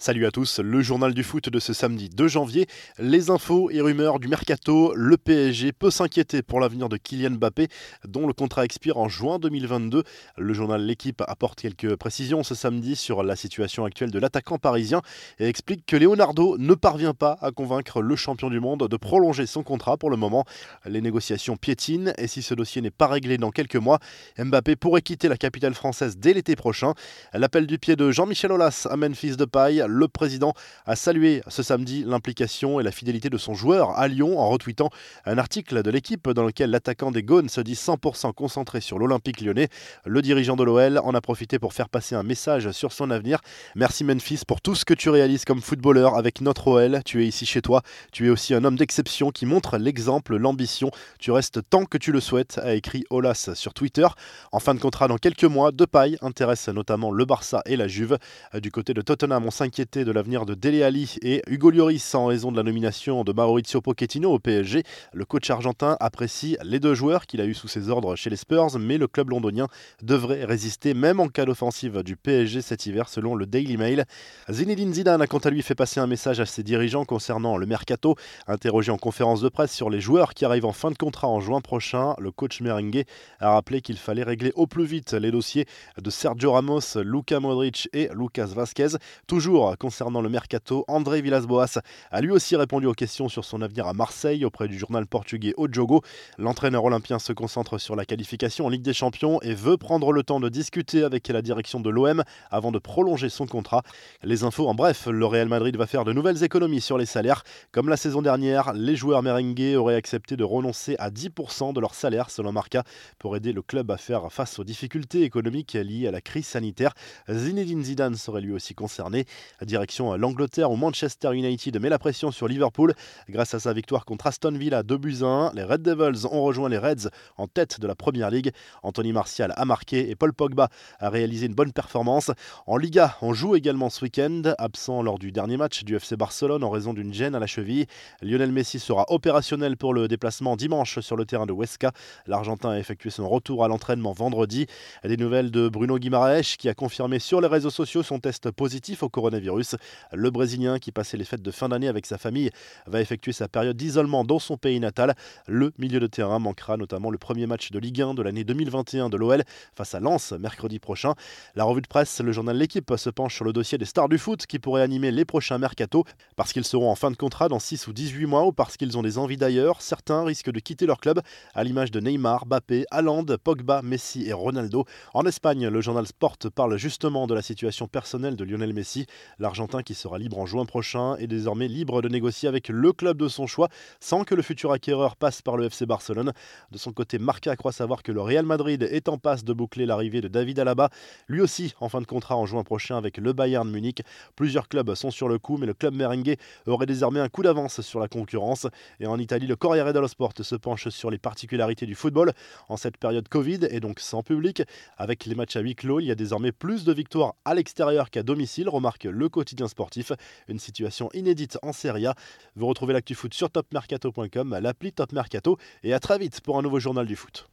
Salut à tous, le journal du foot de ce samedi 2 janvier. Les infos et rumeurs du mercato, le PSG peut s'inquiéter pour l'avenir de Kylian Mbappé, dont le contrat expire en juin 2022. Le journal L'Équipe apporte quelques précisions ce samedi sur la situation actuelle de l'attaquant parisien et explique que Leonardo ne parvient pas à convaincre le champion du monde de prolonger son contrat pour le moment. Les négociations piétinent et si ce dossier n'est pas réglé dans quelques mois, Mbappé pourrait quitter la capitale française dès l'été prochain. L'appel du pied de Jean-Michel Aulas à Memphis Depay. Le président a salué ce samedi l'implication et la fidélité de son joueur à Lyon en retweetant un article de l'équipe dans lequel l'attaquant des Gaunes se dit 100% concentré sur l'Olympique lyonnais. Le dirigeant de l'OL en a profité pour faire passer un message sur son avenir. Merci Memphis pour tout ce que tu réalises comme footballeur avec notre OL. Tu es ici chez toi. Tu es aussi un homme d'exception qui montre l'exemple, l'ambition. Tu restes tant que tu le souhaites, a écrit Aulas sur Twitter. En fin de contrat dans quelques mois, Depay intéresse notamment le Barça et la Juve. Du côté de Tottenham, on s'inquiétait de l'avenir de Dele Alli et Hugo Lloris en raison de la nomination de Mauricio Pochettino au PSG. Le coach argentin apprécie les deux joueurs qu'il a eu sous ses ordres chez les Spurs, mais le club londonien devrait résister même en cas d'offensive du PSG cet hiver selon le Daily Mail. Zinedine Zidane a quant à lui fait passer un message à ses dirigeants concernant le mercato. Interrogé en conférence de presse sur les joueurs qui arrivent en fin de contrat en juin prochain, le coach merengue a rappelé qu'il fallait régler au plus vite les dossiers de Sergio Ramos, Luka Modric et Lucas Vazquez. Toujours concernant le mercato, André Villas-Boas a lui aussi répondu aux questions sur son avenir à Marseille auprès du journal portugais O Jogo. L'entraîneur olympien se concentre sur la qualification en Ligue des Champions et veut prendre le temps de discuter avec la direction de l'OM avant de prolonger son contrat. Les infos en bref, le Real Madrid va faire de nouvelles économies sur les salaires. Comme la saison dernière, les joueurs merengues auraient accepté de renoncer à 10% de leur salaire selon Marca pour aider le club à faire face aux difficultés économiques liées à la crise sanitaire. Zinedine Zidane serait lui aussi concerné. Direction l'Angleterre où Manchester United met la pression sur Liverpool. Grâce à sa victoire contre Aston Villa 2-1, les Red Devils ont rejoint les Reds en tête de la Premier League. Anthony Martial a marqué et Paul Pogba a réalisé une bonne performance. En Liga, on joue également ce week-end. Absent lors du dernier match du FC Barcelone en raison d'une gêne à la cheville, Lionel Messi sera opérationnel pour le déplacement dimanche sur le terrain de Huesca. L'Argentin a effectué son retour à l'entraînement vendredi. Des nouvelles de Bruno Guimaraes qui a confirmé sur les réseaux sociaux son test positif au coronavirus. Le Brésilien qui passait les fêtes de fin d'année avec sa famille va effectuer sa période d'isolement dans son pays natal. Le milieu de terrain manquera notamment le premier match de Ligue 1 de l'année 2021 de l'OL face à Lens mercredi prochain. La revue de presse, le journal L'Équipe se penche sur le dossier des stars du foot qui pourraient animer les prochains mercatos parce qu'ils seront en fin de contrat dans 6 ou 18 mois ou parce qu'ils ont des envies d'ailleurs. Certains risquent de quitter leur club à l'image de Neymar, Mbappé, Haaland, Pogba, Messi et Ronaldo. En Espagne, le journal Sport parle justement de la situation personnelle de Lionel Messi. L'Argentin qui sera libre en juin prochain est désormais libre de négocier avec le club de son choix sans que le futur acquéreur passe par le FC Barcelone. De son côté, Marca croit savoir que le Real Madrid est en passe de boucler l'arrivée de David Alaba, lui aussi en fin de contrat en juin prochain avec le Bayern Munich. Plusieurs clubs sont sur le coup, mais le club merengue aurait désormais un coup d'avance sur la concurrence. Et en Italie, le Corriere dello Sport se penche sur les particularités du football en cette période Covid et donc sans public. Avec les matchs à huis clos, il y a désormais plus de victoires à l'extérieur qu'à domicile, remarque le quotidien sportif. Une situation inédite en Serie A. Vous retrouvez l'actu foot sur topmercato.com, l'appli Top Mercato et à très vite pour un nouveau journal du foot.